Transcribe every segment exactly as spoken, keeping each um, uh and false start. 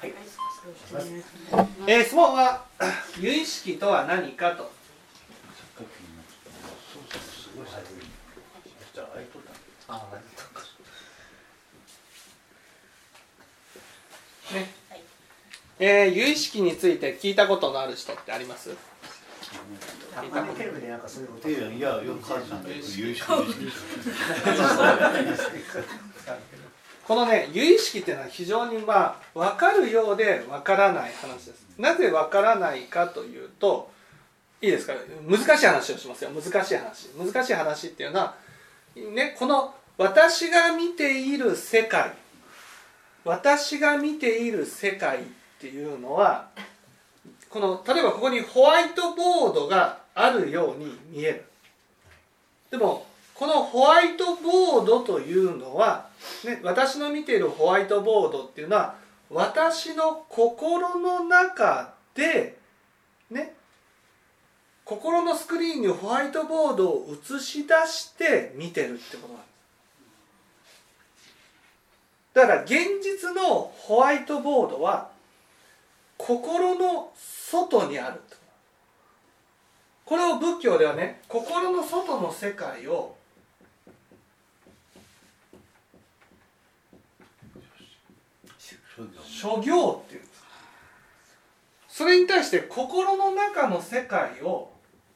はい、えー、質問は由意識とは何かと。ね、えー、由意識について聞いたことのある人ってあります？聞いたこと。いやいや、よく感じなんだけど、由意識。このね、由意識っていうのは非常にまあ分かるようで分からない話です。なぜ分からないかというと、いいですか、難しい話をしますよ。難しい話。難しい話っていうのは、ね、この私が見ている世界、私が見ている世界っていうのは、この例えばここにホワイトボードがあるように見える。でもこのホワイトボードというのは、ね、私の見ているホワイトボードっていうのは私の心の中で、ね、心のスクリーンにホワイトボードを映し出して見てるってことなんです。だから現実のホワイトボードは心の外にある。これを仏教ではね、心の外の世界を諸行っていうんです。それに対して心の中の世界を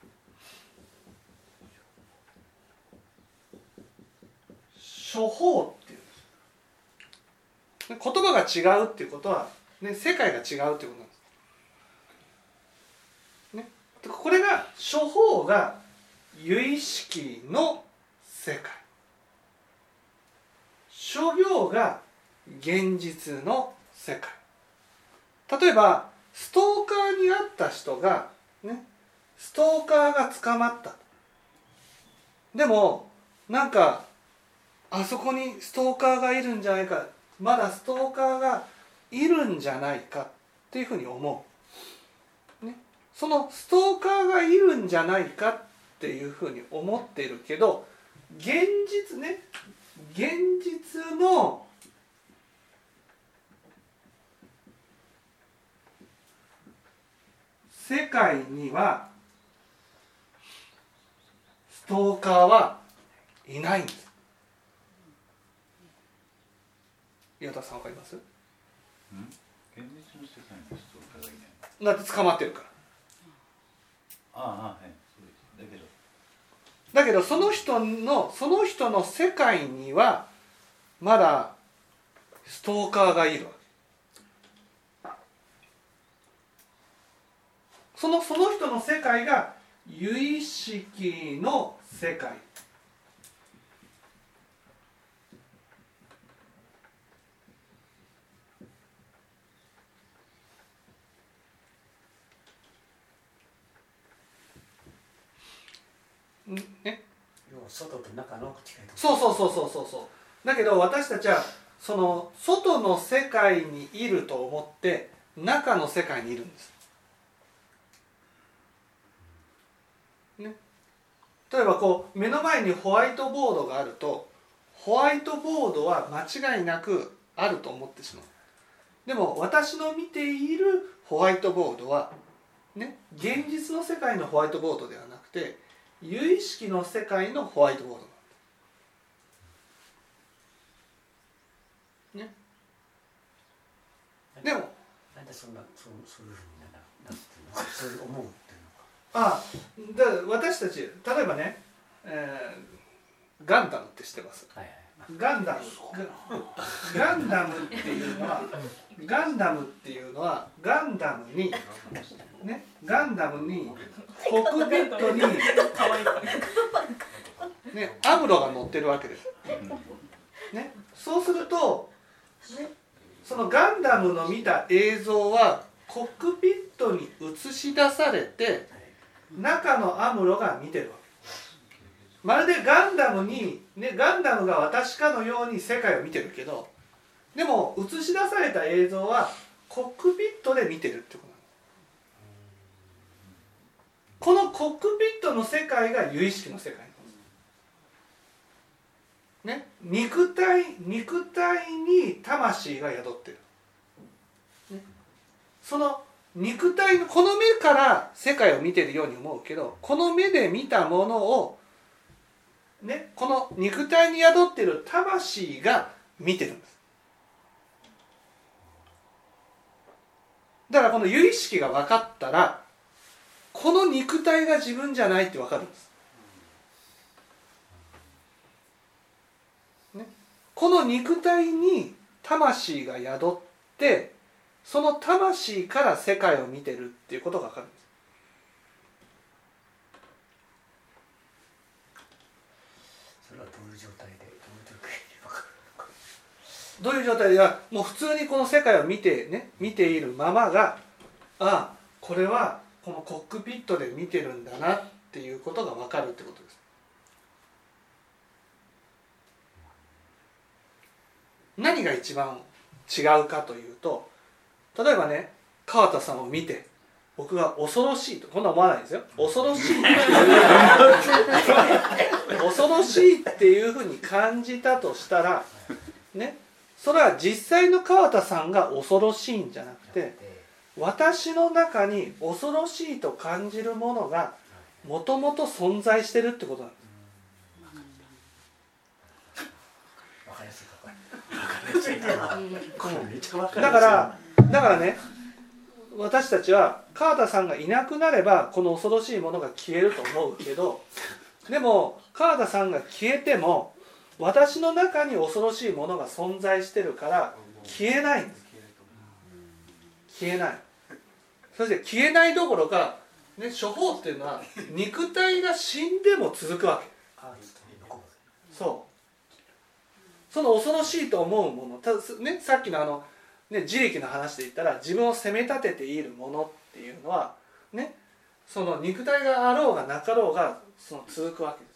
諸法っていうんです。言葉が違うっていうことは、ね、世界が違うっていうことなんです。ね、これが諸法が由意識の世界、諸行が現実の世界。例えばストーカーに遭った人が、ね、ストーカーが捕まった。でもなんかあそこにストーカーがいるんじゃないか、まだストーカーがいるんじゃないかっていうふうに思う、ね、そのストーカーがいるんじゃないかっていうふうに思っているけど、現実ね、現実の世界にはストーカーはいないんです。岩田さんわかります？ん？ 現実の世界にストーカーがいない。 だって捕まってるから。 ああ、はい、そうです。だけどだけどその人のその人の世界にはまだストーカーがいるわけ。そのその人の世界が由意識の世界。ね、 外と中の違い。 そうそうそうそうそうそう。だけど私たちはその外の世界にいると思って中の世界にいるんです。ね、例えばこう目の前にホワイトボードがあると、ホワイトボードは間違いなくあると思ってしまう。でも私の見ているホワイトボードは、ね、現実の世界のホワイトボードではなくて由意識の世界のホワイトボードなんだ、ね、でもなんでそんなそうそういうふうにななっていうのそういう思うっていうのか。 ああ、だ私たち例えばね、えー、ガンダムって知ってます？はいはい、ガンダムガンダムっていうのはガンダムっていうのはガンダムにね、ガンダムにコックピットにね、アムロが乗ってるわけです。ね、そうすると、ね、そのガンダムの見た映像はコックピットに映し出されて中のアムロが見てるわけ。まるでガンダムに、ね、ガンダムが私かのように世界を見てるけど、でも映し出された映像はコックピットで見てるってことなんです。このコックピットの世界が由意識の世界なんです。ね、肉体、肉体に魂が宿ってる。 ね、その肉体のこの目から世界を見ているように思うけど、この目で見たものを、ね、この肉体に宿っている魂が見てるんです。だからこの由意識が分かったら、この肉体が自分じゃないって分かるんです、ね、この肉体に魂が宿って、その魂から世界を見てるっていうことが分かるんです。 それはどういう状態で、どういう状態で分かるのか。 どういう状態では、もう普通にこの世界を見てね、見ているままが、ああ、これはこのコックピットで見てるんだなっていうことが分かるってことです。何が一番違うかというと、例えばね、川田さんを見て僕が恐ろしいと、こんな思わないですよ。恐ろしいっていう恐ろしいっていうふうに感じたとしたらね、それは実際の川田さんが恐ろしいんじゃなくて、私の中に恐ろしいと感じるものがもともと存在してるってことなんです。 わかりやすいかこれ。わかりやすいか。これめっちゃわかりやすい。 だからだからね、私たちは川田さんがいなくなればこの恐ろしいものが消えると思うけど、でも川田さんが消えても私の中に恐ろしいものが存在してるから消えないんです。消えない。そして消えないどころか、ね、処方っていうのは肉体が死んでも続くわけ。そう。その恐ろしいと思うもの、た、ね、さっきのあの、ね、自力の話で言ったら自分を責め立てているものっていうのは、ね、その肉体があろうがなかろうがその続くわけです、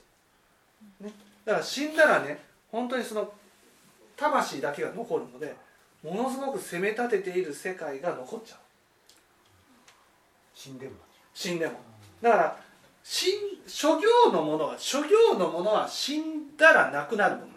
ね。だから死んだらね、本当にその魂だけが残るので、ものすごく責め立てている世界が残っちゃう。 死んでも死んでも。だから死ん諸行のものは諸行のものは死んだらなくなるものなんです、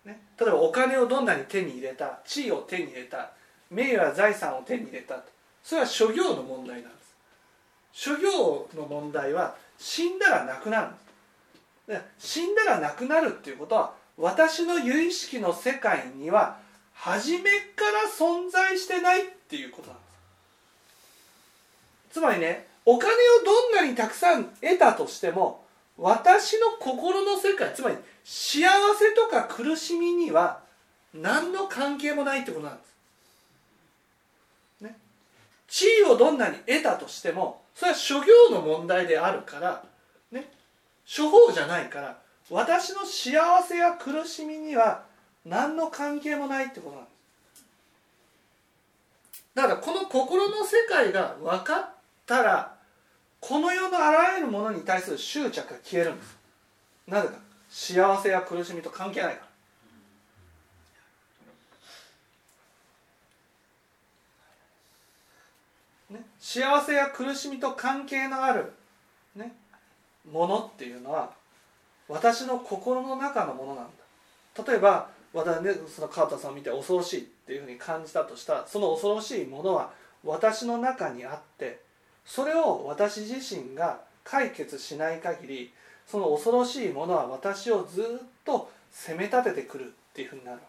ね、例えばお金をどんなに手に入れた、地位を手に入れた、名誉や財産を手に入れたと、それは諸行の問題なんです。諸行の問題は死んだらなくなるんです。だから死んだらなくなるっていうことは、私の有意識の世界には初めから存在してないっていうことなんです。つまりね、お金をどんなにたくさん得たとしても、私の心の世界、つまり幸せとか苦しみには何の関係もないってことなんです、ね、地位をどんなに得たとしてもそれは諸行の問題であるから、ね、諸法じゃないから、私の幸せや苦しみには何の関係もないってことなんです。だからこの心の世界が分かったら、この世のあらゆるものに対する執着が消えるんです。なぜか、幸せや苦しみと関係ないから、ね、幸せや苦しみと関係のある、ね、ものっていうのは私の心の中のものなんだ。例えば私、ね、その川田さんを見て恐ろしいっていうふうに感じたとしたら、その恐ろしいものは私の中にあって、それを私自身が解決しない限り、その恐ろしいものは私をずっと責め立ててくるっていうふうになる。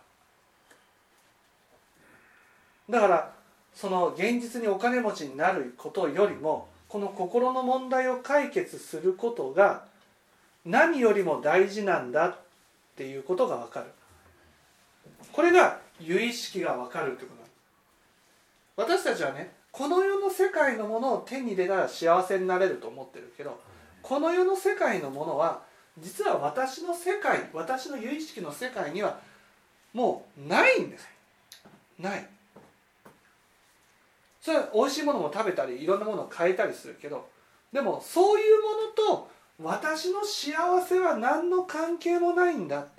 だからその現実にお金持ちになることよりも、この心の問題を解決することが何よりも大事なんだっていうことが分かる。これが由意識が分かるということなんです。私たちはね、この世の世界のものを手に入れたら幸せになれると思ってるけど、この世の世界のものは実は私の世界、私の有意識の世界にはもうないんです。ない。それは美味しいものも食べたりいろんなものを変えたりするけど、でもそういうものと私の幸せは何の関係もないんだって。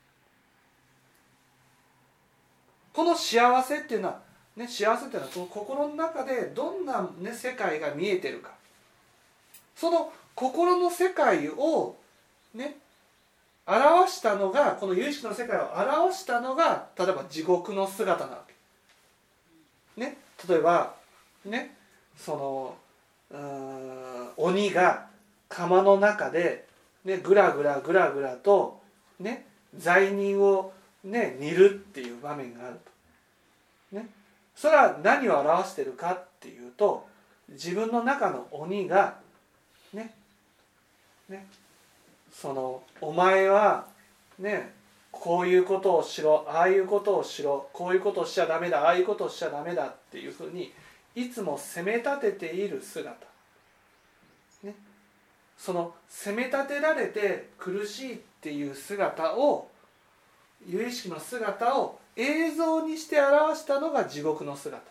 この幸せっていうのはね、幸せっていうのはその心の中でどんな、ね、世界が見えてるか、その心の世界をね表したのが、この有意識の世界を表したのが例えば地獄の姿なわけ。 ね、例えばね、そのうーん鬼が釜の中で、ね、ぐらぐらぐらぐらと、ね、罪人を、ね、煮るっていう場面があると、ね、それは何を表しているかっていうと、自分の中の鬼がね、ね、そのお前はね、こういうことをしろ、ああいうことをしろ、こういうことをしちゃダメだ、ああいうことをしちゃダメだっていうふうにいつも責め立てている姿、ね、その責め立てられて苦しいっていう姿を、有意識の姿を映像にして表したのが地獄の姿。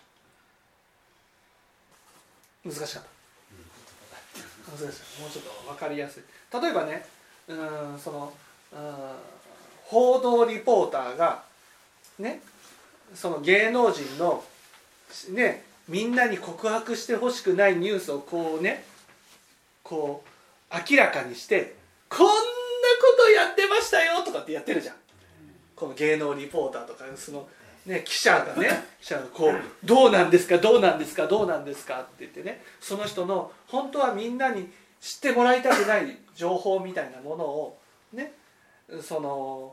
難しかった。難しい。もうちょっと分かりやすい。例えばね、うーんそのうーん報道リポーターがね、その芸能人のね、みんなに告白してほしくないニュースをこうね、こう明らかにして、こんなことやってましたよとかってやってるじゃん。この芸能リポーターとかそのね、記者がね、記者がこうどうなんですかどうなんですかどうなんですかって言ってね、その人の本当はみんなに知ってもらいたくない情報みたいなものをね、その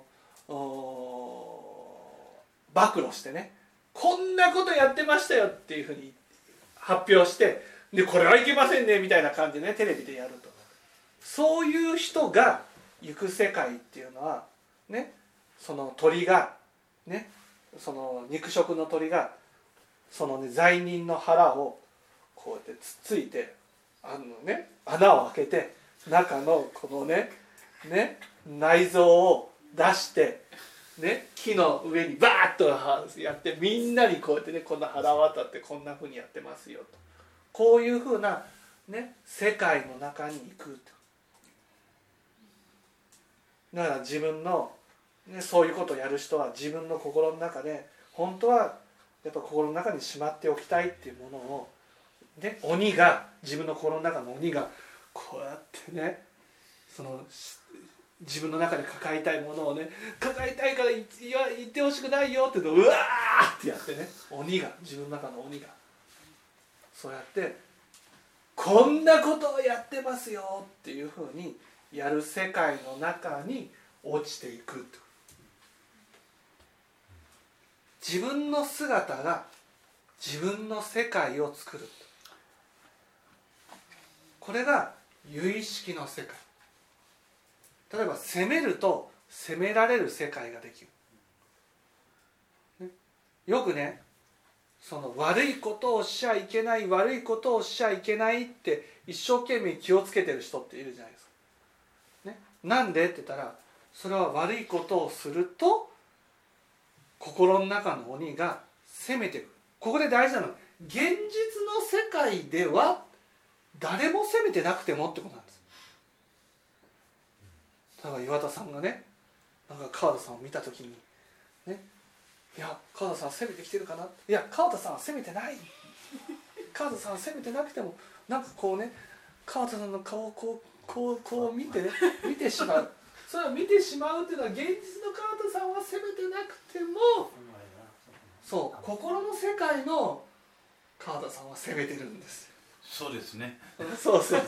暴露してね、こんなことやってましたよっていうふうに発表して、でこれはいけませんねみたいな感じでね、テレビでやると。そういう人が行く世界っていうのはね、その鳥がね、その肉食の鳥がその、ね、罪人の腹をこうやってつっついて、あのね、穴を開けて中のこのね、ね内臓を出してね、木の上にバーッとやって、みんなにこうやってね、こんな腹渡ってこんな風にやってますよと、こういう風なね世界の中に行くと。だから自分のね、そういうことをやる人は自分の心の中で本当はやっぱ心の中にしまっておきたいっていうものを、ね、鬼が自分の心の中の鬼がこうやってね、その自分の中で抱えたいものをね、抱えたいから言ってほしくないよって言うと、うわーってやってね、鬼が自分の中の鬼がそうやってこんなことをやってますよっていうふうにやる世界の中に落ちていくと。自分の姿が自分の世界を作る。これが有意識の世界。例えば責めると責められる世界ができる、ね、よくね、その悪いことをしちゃいけない、悪いことをしちゃいけないって一生懸命気をつけてる人っているじゃないですか、ね、なんでって言ったら、それは悪いことをすると心の中の鬼が責めてくる。ここで大事なのは、現実の世界では誰も責めてなくてもってことなんです。だから岩田さんがね、なんか川田さんを見た時にね、いや川田さん攻めてきてるかな、いや川田さんは攻めてない川田さんは攻めてなくても、なんかこうね、川田さんの顔をこうこうこう見てね、見てしまう。それを見てしまうっていうのは、現実の川田さんは攻めてなくても、そう心の世界の川田さんは攻めてるんですよ。 そうですね。 そうそう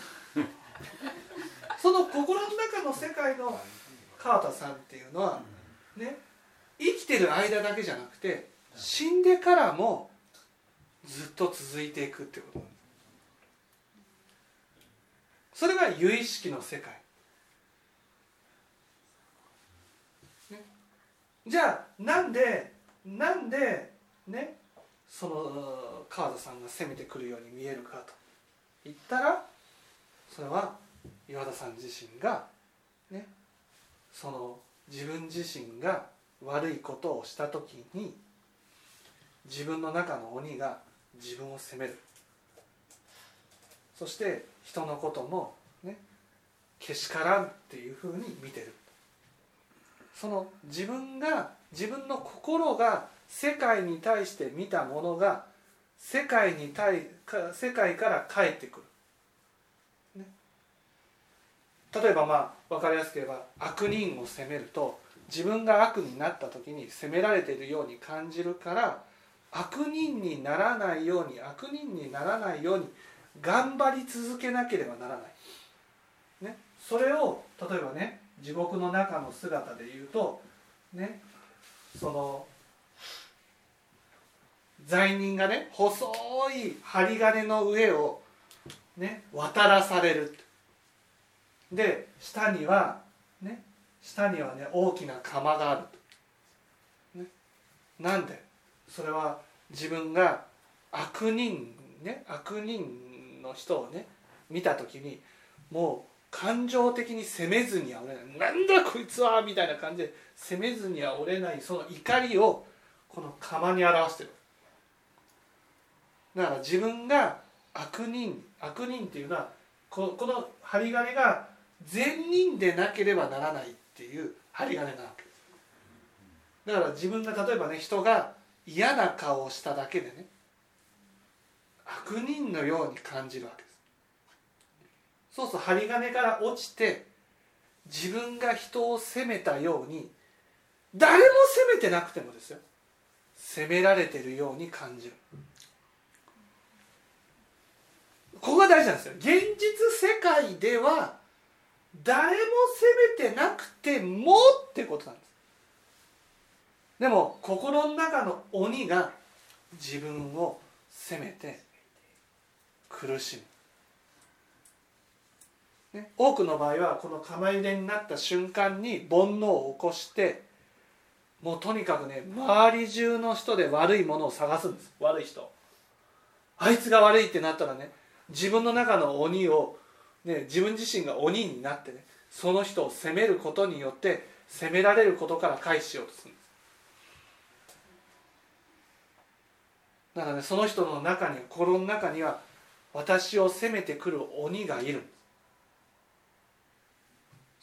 その心の中の世界の川田さんっていうのはね、生きてる間だけじゃなくて死んでからもずっと続いていくってことなんです。それが有意識の世界、ね、じゃあなんでなんでね、その川田さんが攻めてくるように見えるかと言ったら、それは岩田さん自身がね、その自分自身が悪いことをした時に自分の中の鬼が自分を責める。そして人のこともね、けしからんっていうふうに見てる。その自分が自分の心が世界に対して見たものが世界に対世界から返ってくる、ね、例えばまあ分かりやすく言えば、悪人を責めると自分が悪になった時に責められているように感じるから、 悪人にならないように悪人にならないように頑張り続けなければならない、ね、それを例えばね地獄の中の姿で言うとねその罪人がね細い針金の上をね渡らされるで下にはね下にはね大きな釜があると、ね、なんでそれは自分が悪人ね悪人の人をね見た時にもう感情的に責めずには折れないなんだこいつはみたいな感じで責めずには折れないその怒りをこの釜に表してる。だから自分が悪人悪人っていうのはこの針金が善人でなければならないっていう針金なわけです。だから自分が例えばね人が嫌な顔をしただけでね悪人のように感じるわけです。そうすると針金から落ちて自分が人を責めたように誰も責めてなくてもですよ責められているように感じる。ここが大事なんですよ。現実世界では誰も責めてなくてもってことなんです。でも心の中の鬼が自分を責めて苦しむ、ね、多くの場合はこの釜入れになった瞬間に煩悩を起こしてもうとにかくね周り中の人で悪いものを探すんです。悪い人あいつが悪いってなったらね自分の中の鬼を、ね、自分自身が鬼になってねその人を責めることによって責められることから回避しようとするんです。だからねその人の中に心の中には私を責めてくる鬼がいるんです。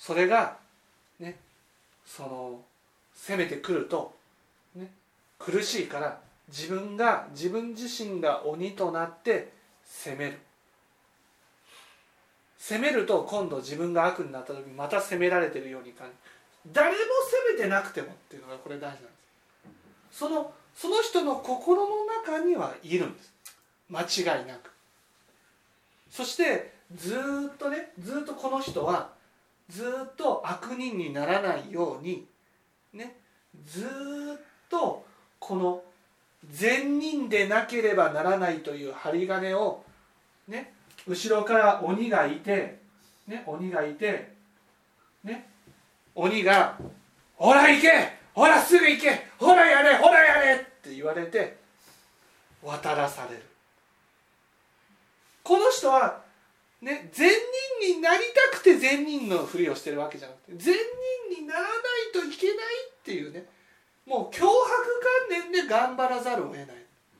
それがねその責めてくると、ね、苦しいから自分が自分自身が鬼となって責める。責めると今度自分が悪になった時にまた責められているように感じる。誰も責めてなくてもっていうのがこれ大事なんです。そのその人の心の中にはいるんです間違いなく。そしてずっとねずっとこの人はずっと悪人にならないようにねずっとこの善人でなければならないという針金をね後ろから鬼がいてね鬼がいてね鬼がほら行けほらすぐ行けほらやれほらやれって言われて渡らされる。この人はね善人になりたくて善人のふりをしてるわけじゃなくて善人にならないといけないっていうねもう強迫観念で頑張らざるを得ない。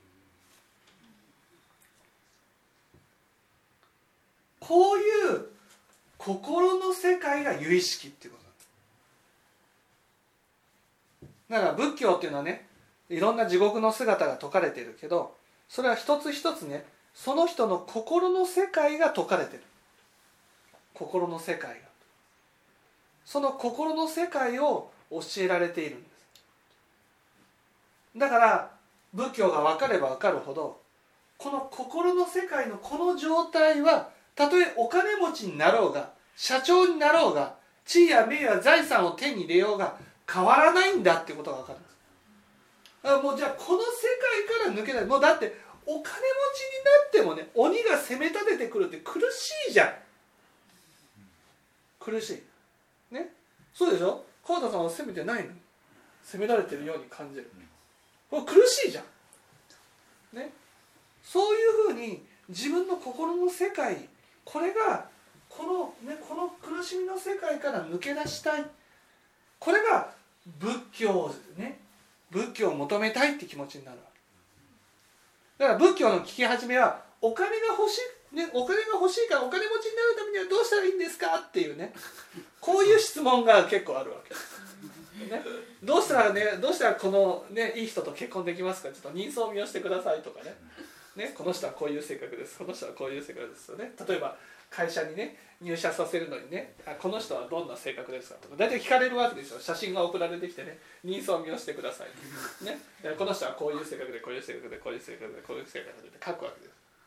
こういう心の世界が由意識っていうことなんです。だから仏教っていうのはねいろんな地獄の姿が説かれているけどそれは一つ一つねその人の心の世界が説かれている。心の世界がその心の世界を教えられているんです。だから仏教が分かれば分かるほどこの心の世界のこの状態はたとえお金持ちになろうが社長になろうが地位や名や財産を手に入れようが変わらないんだってことが分かるんです。だからもうじゃあこの世界から抜けないもうだってお金持ちになってもね鬼が攻め立ててくるって苦しいじゃん。苦しいねそうでしょ。川田さんは攻めてないのに攻められてるように感じる。これ苦しいじゃんね。そういうふうに自分の心の世界これがこの、ね、この苦しみの世界から抜け出したいこれが仏教ね仏教を求めたいって気持ちになるわけだから仏教の聞き始めはお金が欲しい、ね、お金が欲しいからお金持ちになるためにはどうしたらいいんですかっていうねこういう質問が結構あるわけです、ね、どうしたらねどうしたらこの、ね、いい人と結婚できますかちょっと人相見をしてくださいとかねね、この人はこういう性格です、この人はこういう性格ですよね。例えば会社にね入社させるのにね、あこの人はどんな性格ですかとか大体聞かれるわけですよ。写真が送られてきてね、人相見をしてください、ね、でこの人はこういう性格でこういう性格でこういう性格でこういう性格でって書くわけです、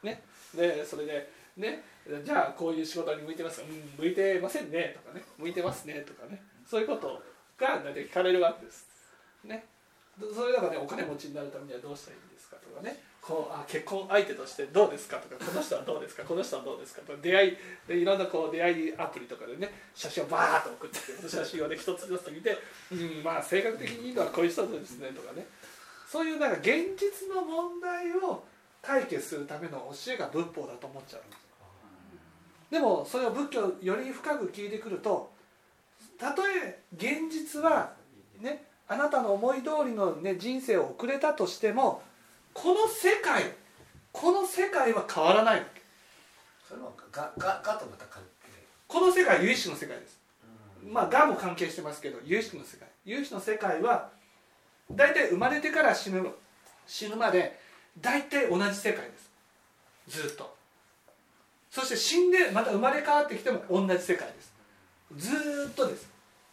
ね、でそれでね、じゃあこういう仕事に向いてますか、うん、向いてませんねとかね、向いてますねとかね、そういうことが大体聞かれるわけです、ね、それだからね、お金持ちになるためにはどうしたらいいんですかとかね、こうあ結婚相手としてどうですかとか、この人はどうですか、この人はどうですかとか、出会いでいろんなこう出会いアプリとかでね写真をバーッと送ってきて、写真をね一つずつ見て、うん、まあ性格的にいいのはこういう人ですねとかね、そういうなんか現実の問題を解決するための教えが仏法だと思っちゃうんです。でもそれを仏教より深く聞いてくると、たとえ現実はねあなたの思い通りの、ね、人生を送れたとしても、この世界この世界は変わらないわけ。 それはがががとまた関係。 この世界は有意識の世界です、うん、まあがも関係してますけど、有意識の世界有意識の世界はだいたい生まれてから死ぬ死ぬまでだいたい同じ世界です、ずっと。そして死んでまた生まれ変わってきても同じ世界です、ずーっとです。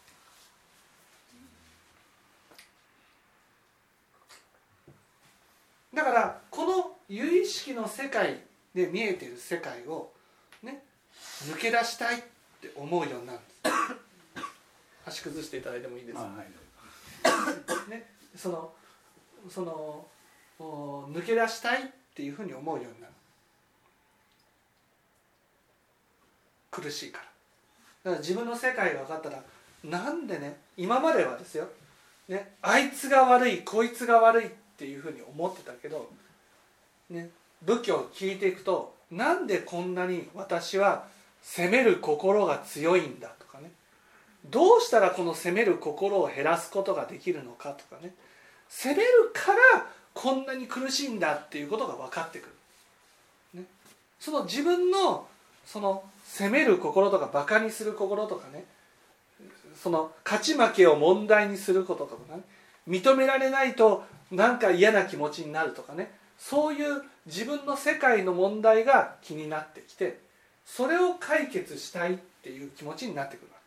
だからこの有意識の世界で見えている世界をね抜け出したいって思うようになるんです足崩していただいてもいいですか、はいね、そのその抜け出したいっていうふうに思うようになる。苦しいから。だから自分の世界が分かったら、なんでね今まではですよ、ね、あいつが悪いこいつが悪いっていうふうに思ってたけど、ね、仏教を聞いていくと、なんでこんなに私は責める心が強いんだとかね、どうしたらこの責める心を減らすことができるのかとかね、責めるからこんなに苦しいんだっていうことが分かってくる、ね、その自分のその責める心とかバカにする心とかね、その勝ち負けを問題にすることとかね、認められないとなんか嫌な気持ちになるとかね、そういう自分の世界の問題が気になってきて、それを解決したいっていう気持ちになってくるわけ。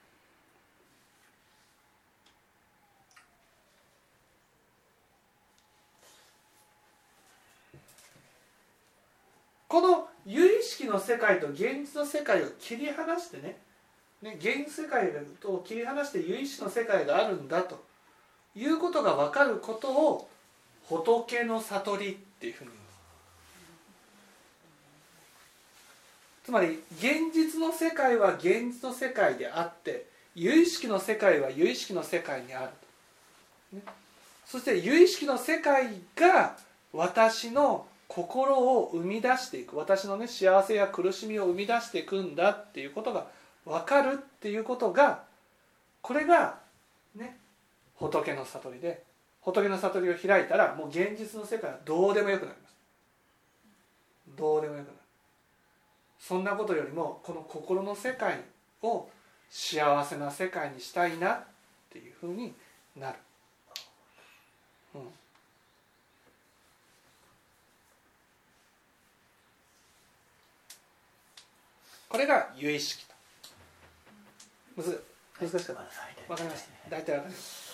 この有意識の世界と現実の世界を切り離してね、ね現実世界と切り離して有意識の世界があるんだということが分かることを仏の悟りっていうふうに言うんです。つまり現実の世界は現実の世界であって、有意識の世界は有意識の世界にあると、ね、そして有意識の世界が私の心を生み出していく、私のね幸せや苦しみを生み出していくんだっていうことが分かるっていうことが、これがね仏の悟りで、仏の悟りを開いたらもう現実の世界はどうでもよくなります。どうでもよくなる。そんなことよりもこの心の世界を幸せな世界にしたいなっていうふうになる、うん、これが有意識と。難しかった。わかりました。大体わかりました。